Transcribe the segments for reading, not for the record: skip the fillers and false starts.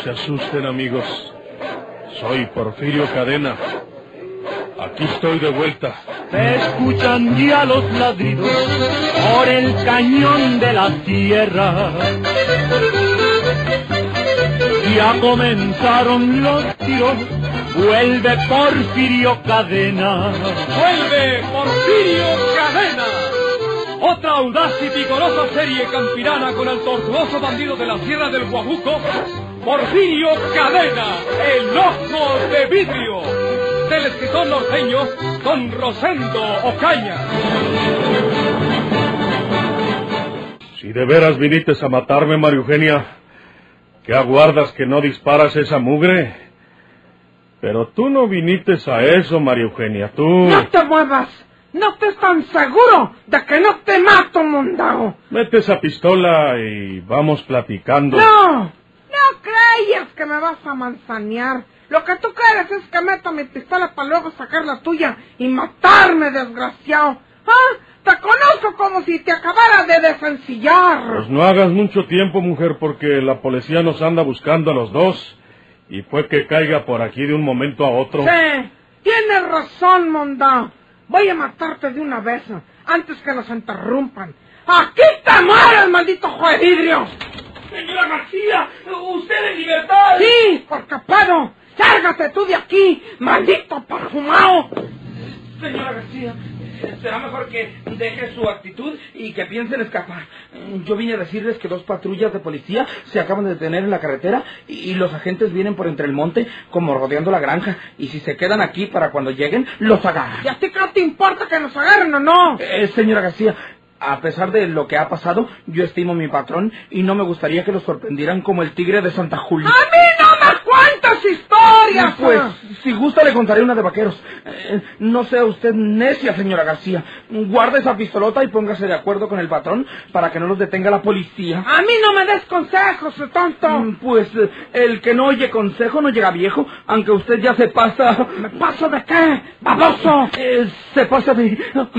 se asusten, amigos. Soy Porfirio Cadena. Aquí estoy de vuelta. Se escuchan ya los ladridos por el cañón de la sierra. Ya comenzaron los tiros. Vuelve Porfirio Cadena. ¡Vuelve Porfirio Cadena! Otra audaz y vigorosa serie campirana con el tortuoso bandido de la Sierra del Guajuco, Porfirio Cadena, el ojo de vidrio, del escritor norteño Don Rosendo Ocaña. Si de veras viniste a matarme, María Eugenia, ¿qué aguardas que no disparas esa mugre? Pero tú no viniste a eso, María Eugenia, tú... ¡No te muevas! ¡No estés tan seguro de que no te mato, mondao! Mete esa pistola y vamos platicando. ¡No! No creas que me vas a manzanear. Lo que tú quieres es que meta mi pistola para luego sacar la tuya y matarme, desgraciado. ¿Ah? Te conozco como si te acabara de desencillar. Pues no hagas mucho tiempo, mujer, porque la policía nos anda buscando a los dos. Y fue que caiga por aquí de un momento a otro. Sí, tienes razón, mondao. Voy a matarte de una vez, antes que nos interrumpan. ¡Aquí te mueres, maldito juez vidrio! Señora García, usted en libertad. Sí, porque puedo. ¡Lárgate tú de aquí, maldito perfumado! Señora García, será mejor que deje su actitud y que piensen escapar. Yo vine a decirles que 2 patrullas de policía se acaban de detener en la carretera y los agentes vienen por entre el monte como rodeando la granja. Y si se quedan aquí para cuando lleguen, los agarran. ¿Y a ti qué te importa que nos agarren o no? Señora García, a pesar de lo que ha pasado, yo estimo a mi patrón y no me gustaría que lo sorprendieran como el tigre de Santa Julia. ¡A mí no me cuentas historias! Pues, si gusta le contaré una de vaqueros. No sea usted necia, señora García. Guarde esa pistolota y póngase de acuerdo con el patrón para que no los detenga la policía. ¡A mí no me des consejos, tonto! Pues, el que no oye consejo no llega viejo, aunque usted ya se pasa... ¿Me paso de qué, baboso? Se pasa de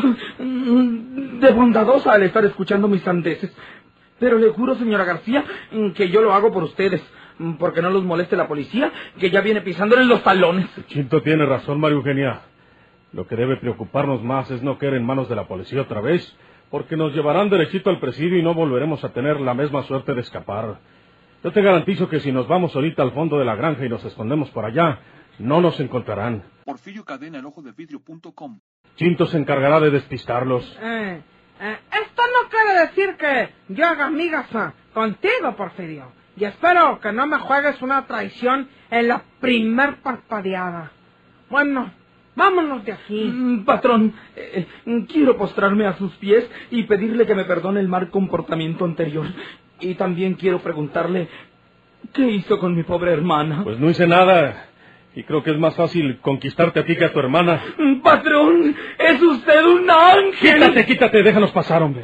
bondadosa al estar escuchando mis sandeces. Pero le juro, señora García, que yo lo hago por ustedes, porque no los moleste la policía, que ya viene pisándole los talones. Chinto tiene razón, María Eugenia. Lo que debe preocuparnos más es no caer en manos de la policía otra vez, porque nos llevarán derechito al presidio y no volveremos a tener la misma suerte de escapar. Yo te garantizo que si nos vamos ahorita al fondo de la granja y nos escondemos por allá, no nos encontrarán. Porfirio Cadena, elojodevidrio.com. Chinto se encargará de despistarlos. Esto no quiere decir que yo haga migas contigo, Porfirio. Y espero que no me juegues una traición en la primer parpadeada. Bueno, vámonos de aquí. Patrón, quiero postrarme a sus pies y pedirle que me perdone el mal comportamiento anterior. Y también quiero preguntarle, ¿qué hizo con mi pobre hermana? Pues no hice nada. Y creo que es más fácil conquistarte a ti que a tu hermana. Patrón, es usted un ángel. Quítate, déjanos pasar, hombre.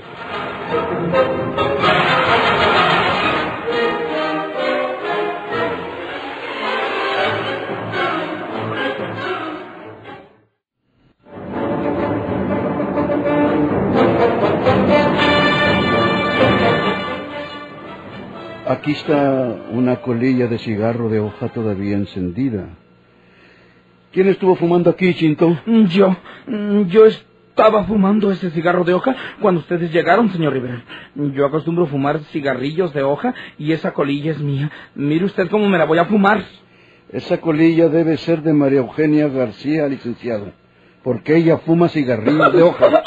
Aquí está una colilla de cigarro de hoja todavía encendida. ¿Quién estuvo fumando aquí, Chinto? Yo estaba fumando ese cigarro de hoja cuando ustedes llegaron, señor Rivera. Yo acostumbro fumar cigarrillos de hoja y esa colilla es mía. Mire usted cómo me la voy a fumar. Esa colilla debe ser de María Eugenia García, licenciado, porque ella fuma cigarrillos de hoja.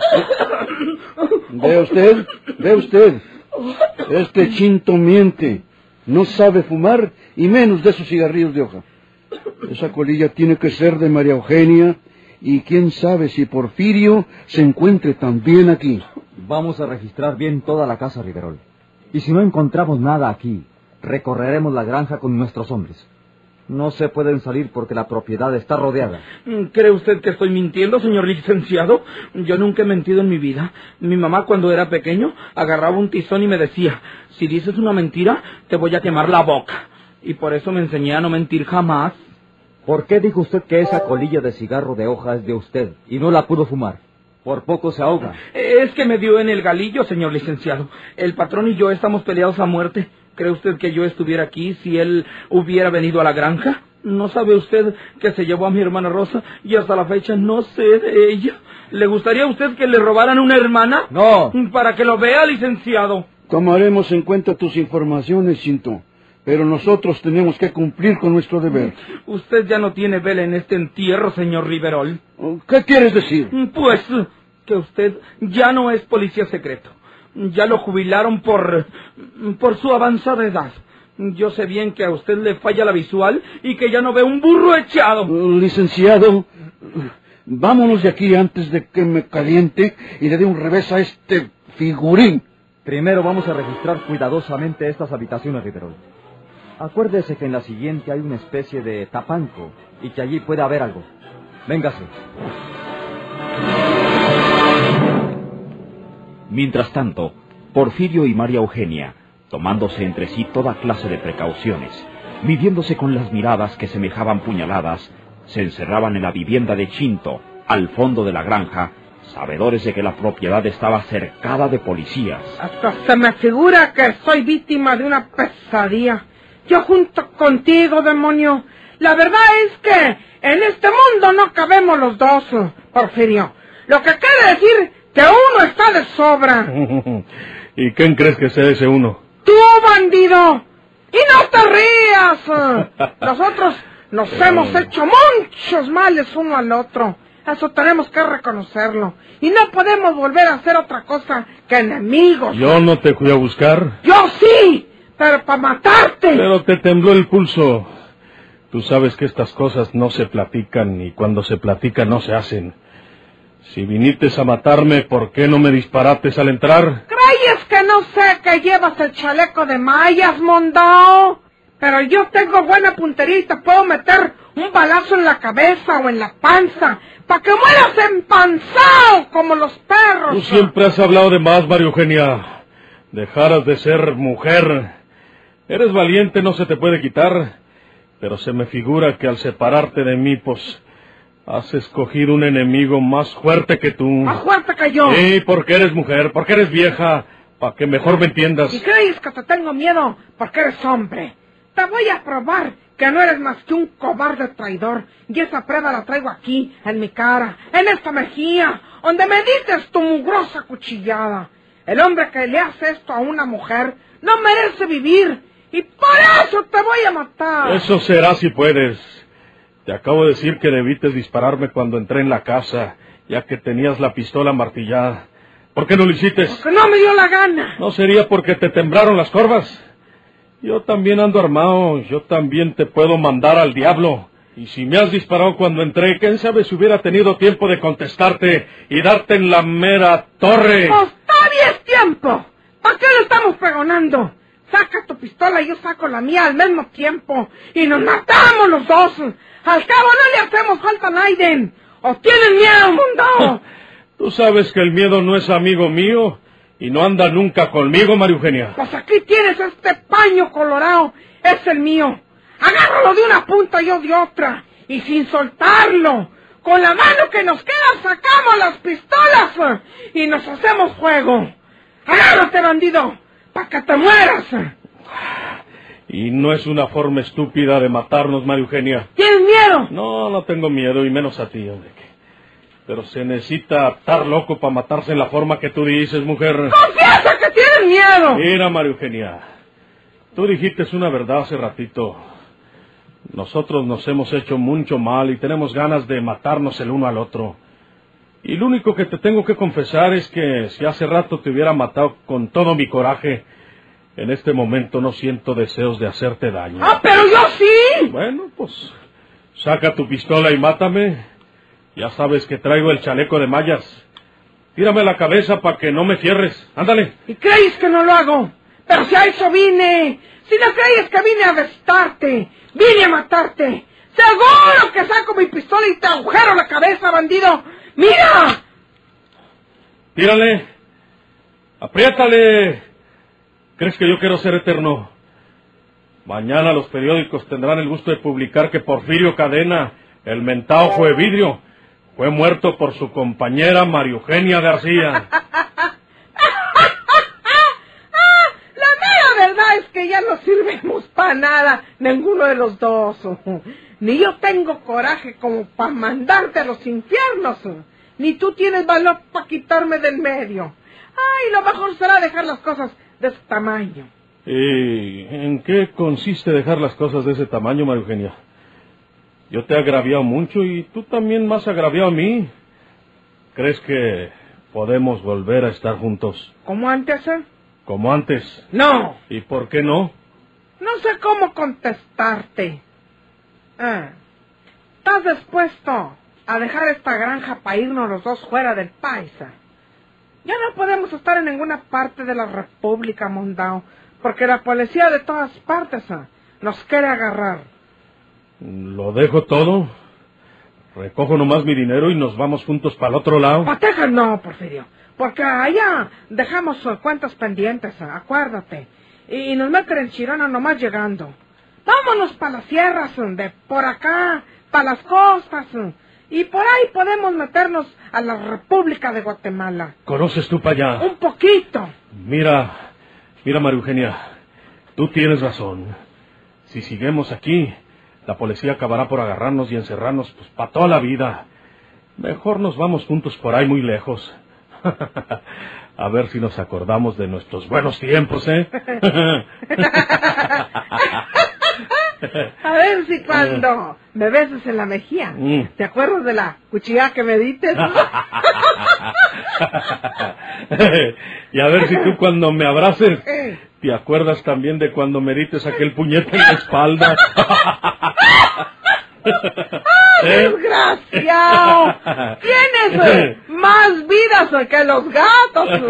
¿Ve usted? Este Chinto miente. No sabe fumar y menos de esos cigarrillos de hoja. Esa colilla tiene que ser de María Eugenia y quién sabe si Porfirio se encuentre también aquí. Vamos a registrar bien toda la casa, Riverol. Y si no encontramos nada aquí, recorreremos la granja con nuestros hombres. No se pueden salir porque la propiedad está rodeada. ¿Cree usted que estoy mintiendo, señor licenciado? Yo nunca he mentido en mi vida. Mi mamá, cuando era pequeño, agarraba un tizón y me decía, si dices una mentira, te voy a quemar la boca. Y por eso me enseñé a no mentir jamás. ¿Por qué dijo usted que esa colilla de cigarro de hoja es de usted y no la pudo fumar? Por poco se ahoga. Es que me dio en el galillo, señor licenciado. El patrón y yo estamos peleados a muerte. ¿Cree usted que yo estuviera aquí si él hubiera venido a la granja? ¿No sabe usted que se llevó a mi hermana Rosa y hasta la fecha no sé de ella? ¿Le gustaría a usted que le robaran una hermana? No. Para que lo vea, licenciado. Tomaremos en cuenta tus informaciones, Chinto, pero nosotros tenemos que cumplir con nuestro deber. Usted ya no tiene vela en este entierro, señor Riverol. ¿Qué quieres decir? Pues que usted ya no es policía secreto. Ya lo jubilaron por su avanzada edad. Yo sé bien que a usted le falla la visual y que ya no ve un burro echado. Licenciado, vámonos de aquí antes de que me caliente y le dé un revés a este figurín. Primero vamos a registrar cuidadosamente estas habitaciones, Riverol. Acuérdese que en la siguiente hay una especie de tapanco y que allí puede haber algo. Véngase. Mientras tanto, Porfirio y María Eugenia, tomándose entre sí toda clase de precauciones, midiéndose con las miradas que semejaban puñaladas, se encerraban en la vivienda de Chinto, al fondo de la granja, sabedores de que la propiedad estaba cercada de policías. Hasta se me figura que soy víctima de una pesadilla. Yo junto contigo, demonio. La verdad es que en este mundo no cabemos los dos, Porfirio. Lo que quiere decir que uno está de sobra. ¿Y quién crees que sea ese uno? ¡Tú, bandido! ¡Y no te rías! Nosotros nos hemos hecho muchos males uno al otro. Eso tenemos que reconocerlo. Y no podemos volver a hacer otra cosa que enemigos. ¿Yo no te fui a buscar? ¡Yo sí! Pero para matarte. Pero te tembló el pulso. Tú sabes que estas cosas no se platican y cuando se platican no se hacen. Si viniste a matarme, ¿por qué no me disparates al entrar? ¿Crees que no sé que llevas el chaleco de mallas, mondao? Pero yo tengo buena puntería y te puedo meter un balazo en la cabeza o en la panza, para que mueras empanzado como los perros. Tú siempre has hablado de más, María Eugenia. Dejaras de ser mujer. Eres valiente, no se te puede quitar, pero se me figura que al separarte de mí, pues, has escogido un enemigo más fuerte que tú. ¿Más fuerte que yo? Sí, porque eres mujer, porque eres vieja, para que mejor me entiendas. ¿Y crees que te tengo miedo porque eres hombre? Te voy a probar que no eres más que un cobarde traidor, y esa prueba la traigo aquí, en mi cara, en esta mejilla, donde me dices tu mugrosa cuchillada. El hombre que le hace esto a una mujer no merece vivir, y por eso te voy a matar. Eso será si puedes. Te acabo de decir que debiste dispararme cuando entré en la casa, ya que tenías la pistola martillada. ¿Por qué no lo hiciste? Porque no me dio la gana. ¿No sería porque te temblaron las corvas? Yo también ando armado, yo también te puedo mandar al diablo. Y si me has disparado cuando entré, quién sabe si hubiera tenido tiempo de contestarte y darte en la mera torre. Pues todavía es tiempo. ¿Para qué lo estamos pregonando? Saca tu pistola y yo saco la mía al mismo tiempo. Y nos matamos los dos. Al cabo no le hacemos falta a Naiden. ¿O tienen miedo, mundo? Tú sabes que el miedo no es amigo mío y no anda nunca conmigo, María Eugenia. Pues aquí tienes este paño colorado. Es el mío. Agárralo de una punta y yo de otra. Y sin soltarlo. Con la mano que nos queda sacamos las pistolas y nos hacemos fuego. Agárrate, bandido, para que te mueras. Y no es una forma estúpida de matarnos, María Eugenia. ¿Tienes miedo? No, no tengo miedo, y menos a ti, hombre. Pero se necesita estar loco para matarse en la forma que tú dices, mujer. ¡Confiesa que tienes miedo! Mira, María Eugenia, tú dijiste una verdad hace ratito. Nosotros nos hemos hecho mucho mal y tenemos ganas de matarnos el uno al otro. Y lo único que te tengo que confesar es que si hace rato te hubiera matado con todo mi coraje, en este momento no siento deseos de hacerte daño. ¡Ah, pero yo sí! Bueno, pues, saca tu pistola y mátame. Ya sabes que traigo el chaleco de mallas. Tírame la cabeza para que no me cierres. Ándale. ¿Y crees que no lo hago? Pero si a eso vine. Si no crees que vine a arrestarte, vine a matarte. Seguro que saco mi pistola y te agujero la cabeza, bandido. ¡Mira! Tírale. Apriétale. ¿Crees que yo quiero ser eterno? Mañana los periódicos tendrán el gusto de publicar que Porfirio Cadena, el mentao Juevidrio, fue muerto por su compañera María Eugenia García. La mera verdad es que ya no sirvemos para nada, ninguno de los dos. Ni yo tengo coraje como para mandarte a los infiernos, ni tú tienes valor para quitarme del medio. Ay, lo mejor será dejar las cosas de ese tamaño. ¿Y en qué consiste dejar las cosas de ese tamaño, María Eugenia? Yo te he agraviado mucho y tú también me has agraviado a mí. ¿Crees que podemos volver a estar juntos? ¿Como antes, ¿Como antes? No. ¿Y por qué no? No sé cómo contestarte. ¿Estás dispuesto a dejar esta granja para irnos los dos fuera del país? Ya no podemos estar en ninguna parte de la República, Mondao, porque la policía de todas partes nos quiere agarrar. ¿Lo dejo todo? ¿Recojo nomás mi dinero y nos vamos juntos para el otro lado? Pateja no, Porfirio, porque allá dejamos cuentas pendientes, acuérdate, y nos meten en Chirona nomás llegando. Vámonos para las sierras, de por acá, para las costas, y por ahí podemos meternos a la República de Guatemala. ¿Conoces tú para allá? Un poquito. Mira, María Eugenia, tú tienes razón. Si seguimos aquí, la policía acabará por agarrarnos y encerrarnos pues para toda la vida. Mejor nos vamos juntos por ahí muy lejos. A ver si nos acordamos de nuestros buenos tiempos, ¿eh? A ver si cuando me beses en la mejilla, ¿te acuerdas de la cuchillada que me diste? Y a ver si tú cuando me abraces, ¿te acuerdas también de cuando me diste aquel puñete en la espalda? ¡Desgraciado! Tienes más vidas que los gatos.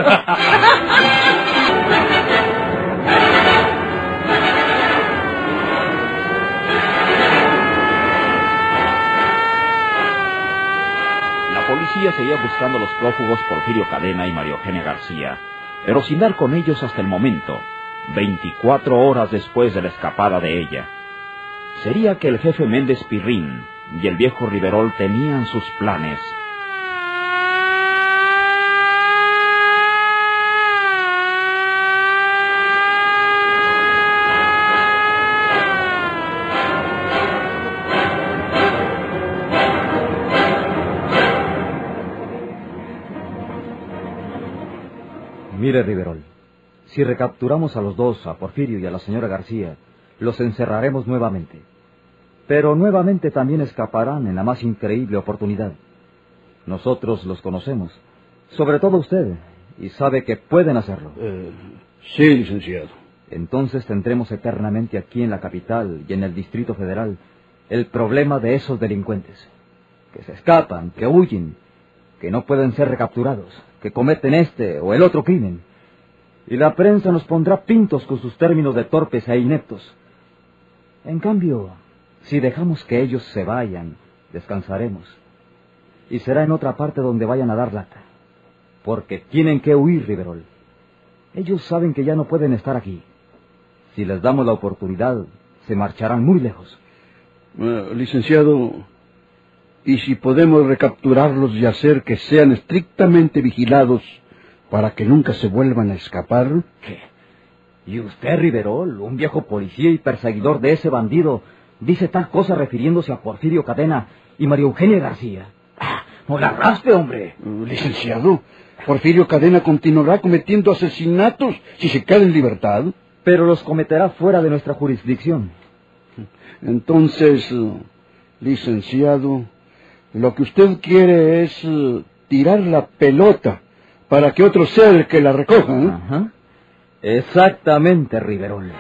La policía seguía buscando a los prófugos Porfirio Cadena y María Eugenia García, pero sin dar con ellos hasta el momento, 24 horas después de la escapada de ella. Sería que el jefe Méndez Pirrín y el viejo Riverol tenían sus planes. Mire, Riverol, si recapturamos a los dos, a Porfirio y a la señora García, los encerraremos nuevamente. Pero nuevamente también escaparán en la más increíble oportunidad. Nosotros los conocemos, sobre todo usted, y sabe que pueden hacerlo. Sí, licenciado. Entonces tendremos eternamente aquí en la capital y en el Distrito Federal el problema de esos delincuentes, que se escapan, que huyen, que no pueden ser recapturados, que cometen este o el otro crimen. Y la prensa nos pondrá pintos con sus términos de torpes e ineptos. En cambio, si dejamos que ellos se vayan, descansaremos. Y será en otra parte donde vayan a dar lata. Porque tienen que huir, Riverol. Ellos saben que ya no pueden estar aquí. Si les damos la oportunidad, se marcharán muy lejos. Licenciado, ¿y si podemos recapturarlos y hacer que sean estrictamente vigilados para que nunca se vuelvan a escapar? ¿Qué? ¿Y usted, Riverol, un viejo policía y perseguidor de ese bandido, dice tal cosa refiriéndose a Porfirio Cadena y María Eugenia García? ¡No la raspe, hombre! Licenciado, Porfirio Cadena continuará cometiendo asesinatos si se queda en libertad. Pero los cometerá fuera de nuestra jurisdicción. Entonces, licenciado, lo que usted quiere es tirar la pelota para que otro sea el que la recoja, ¿eh? Ajá. Exactamente, Riverol.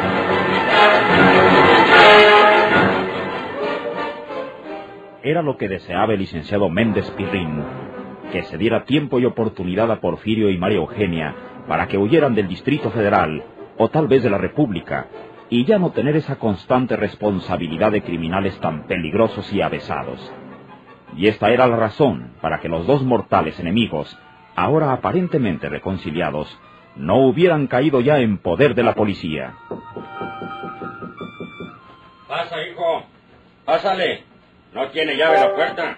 Era lo que deseaba el licenciado Méndez Pirrín, que se diera tiempo y oportunidad a Porfirio y María Eugenia para que huyeran del Distrito Federal, o tal vez de la República, y ya no tener esa constante responsabilidad de criminales tan peligrosos y avesados. Y esta era la razón para que los dos mortales enemigos, ahora aparentemente reconciliados, no hubieran caído ya en poder de la policía. Pasa, hijo. Pásale. ¿No tiene llave la puerta?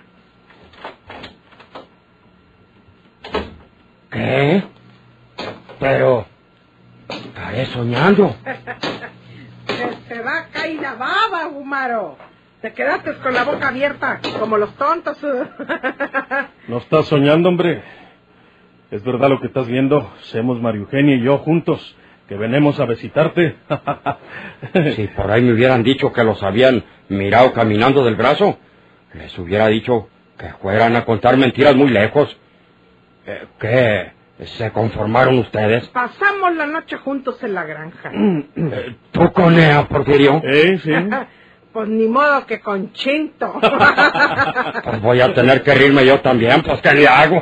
¿Qué? Pero... estaré soñando. y la baba, Gumaro. Te quedaste con la boca abierta, como los tontos. No estás soñando, hombre. Es verdad lo que estás viendo. Somos María Eugenia y yo juntos, que venimos a visitarte. Si por ahí me hubieran dicho que los habían mirado caminando del brazo, les hubiera dicho que fueran a contar mentiras muy lejos. ¿Qué? ¿Se conformaron ustedes? Pasamos la noche juntos en la granja. ¿Tú con ella, Porfirio? Sí. Pues ni modo que con Chinto. Pues voy a tener que rirme yo también, pues ¿qué le hago?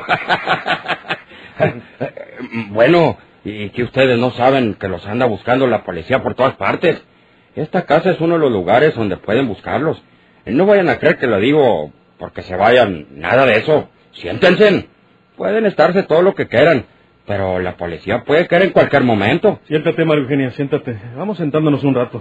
Bueno, y que ustedes no saben que los anda buscando la policía por todas partes. Esta casa es uno de los lugares donde pueden buscarlos. No vayan a creer que lo digo porque se vayan, nada de eso. Siéntense. Pueden estarse todo lo que quieran, pero la policía puede caer en cualquier momento. Siéntate, María Eugenia, siéntate. Vamos sentándonos un rato.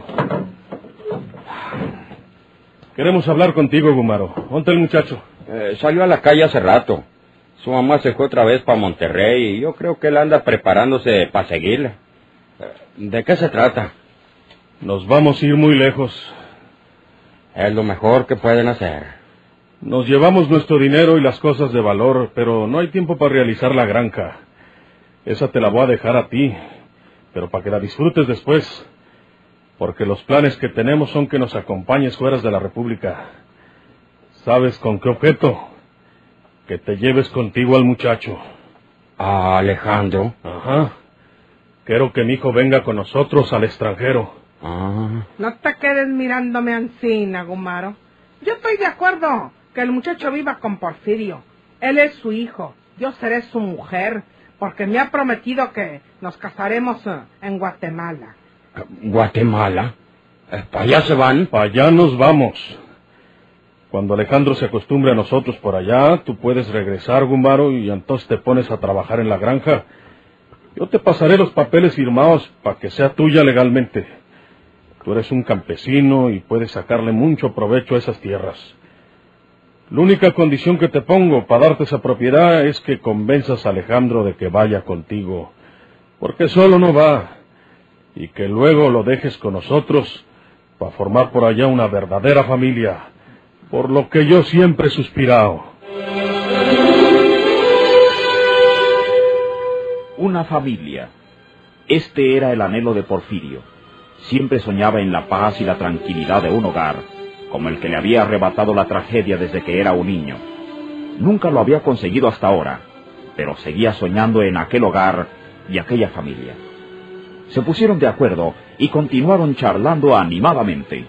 Queremos hablar contigo, Gumaro. ¿Dónde el muchacho? Salió a la calle hace rato. Su mamá se fue otra vez para Monterrey y yo creo que él anda preparándose para seguirla. ¿De qué se trata? Nos vamos a ir muy lejos. Es lo mejor que pueden hacer. Nos llevamos nuestro dinero y las cosas de valor, pero no hay tiempo para realizar la granja. Esa te la voy a dejar a ti, pero para que la disfrutes después. Porque los planes que tenemos son que nos acompañes fuera de la República. ¿Sabes con qué objeto? Que te lleves contigo al muchacho. ¿A Alejandro? Ajá. Quiero que mi hijo venga con nosotros al extranjero. No te quedes mirándome ansina, Gumaro. Yo estoy de acuerdo que el muchacho viva con Porfirio. Él es su hijo. Yo seré su mujer, porque me ha prometido que nos casaremos en Guatemala. ¿Guatemala? ¿Para allá se van? Para allá nos vamos. Cuando Alejandro se acostumbre a nosotros por allá, tú puedes regresar, Gumaro, y entonces te pones a trabajar en la granja. Yo te pasaré los papeles firmados para que sea tuya legalmente. Tú eres un campesino y puedes sacarle mucho provecho a esas tierras. La única condición que te pongo para darte esa propiedad es que convenzas a Alejandro de que vaya contigo, porque solo no va, y que luego lo dejes con nosotros para formar por allá una verdadera familia, por lo que yo siempre he suspirado. Una familia. Este era el anhelo de Porfirio. Siempre soñaba en la paz y la tranquilidad de un hogar, como el que le había arrebatado la tragedia desde que era un niño. Nunca lo había conseguido hasta ahora, pero seguía soñando en aquel hogar y aquella familia. Se pusieron de acuerdo y continuaron charlando animadamente.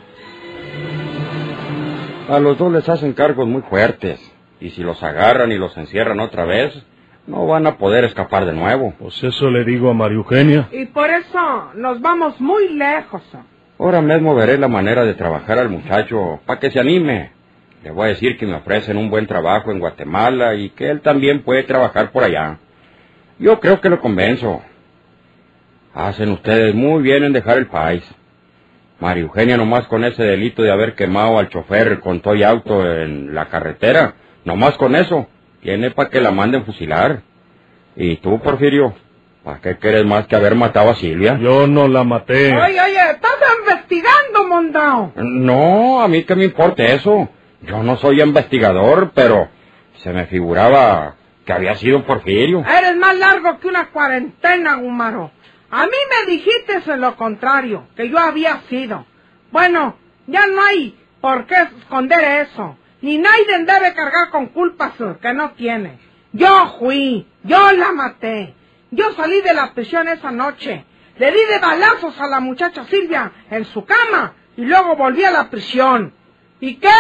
A los dos les hacen cargos muy fuertes, y si los agarran y los encierran otra vez, no van a poder escapar de nuevo. Pues eso le digo a María Eugenia. Y por eso nos vamos muy lejos. Ahora mismo veré la manera de trabajar al muchacho para que se anime. Le voy a decir que me ofrecen un buen trabajo en Guatemala y que él también puede trabajar por allá. Yo creo que lo convenzo. Hacen ustedes muy bien en dejar el país. María Eugenia nomás con ese delito de haber quemado al chofer con todo y auto en la carretera, nomás con eso, tiene para que la manden fusilar. ¿Y tú, Porfirio? ¿Para qué quieres más que haber matado a Silvia? Yo no la maté. Oye, estás investigando, mondao. No, a mí qué me importa eso. Yo no soy investigador, pero se me figuraba que había sido Porfirio. Eres más largo que una cuarentena, Gumaro. A mí me dijiste lo contrario, que yo había sido. Bueno, ya no hay por qué esconder eso. Ni nadie debe cargar con culpas que no tiene. Yo fui, yo la maté. Yo salí de la prisión esa noche. Le di de balazos a la muchacha Silvia en su cama y luego volví a la prisión. ¿Y qué?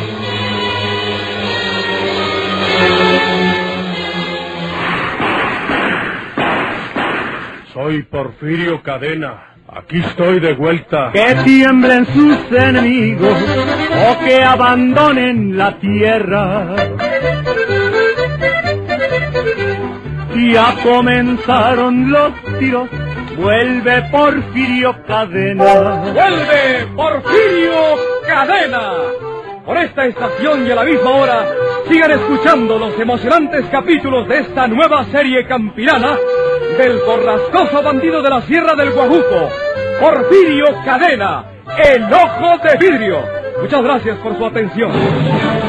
Soy Porfirio Cadena. Aquí estoy de vuelta. Que tiemblen sus enemigos o que abandonen la tierra. Ya comenzaron los tiros, vuelve Porfirio Cadena. ¡Vuelve Porfirio Cadena! Por esta estación y a la misma hora, sigan escuchando los emocionantes capítulos de esta nueva serie campirana del borrascoso bandido de la Sierra del Guajuco, Porfirio Cadena, El Ojo de Vidrio. Muchas gracias por su atención.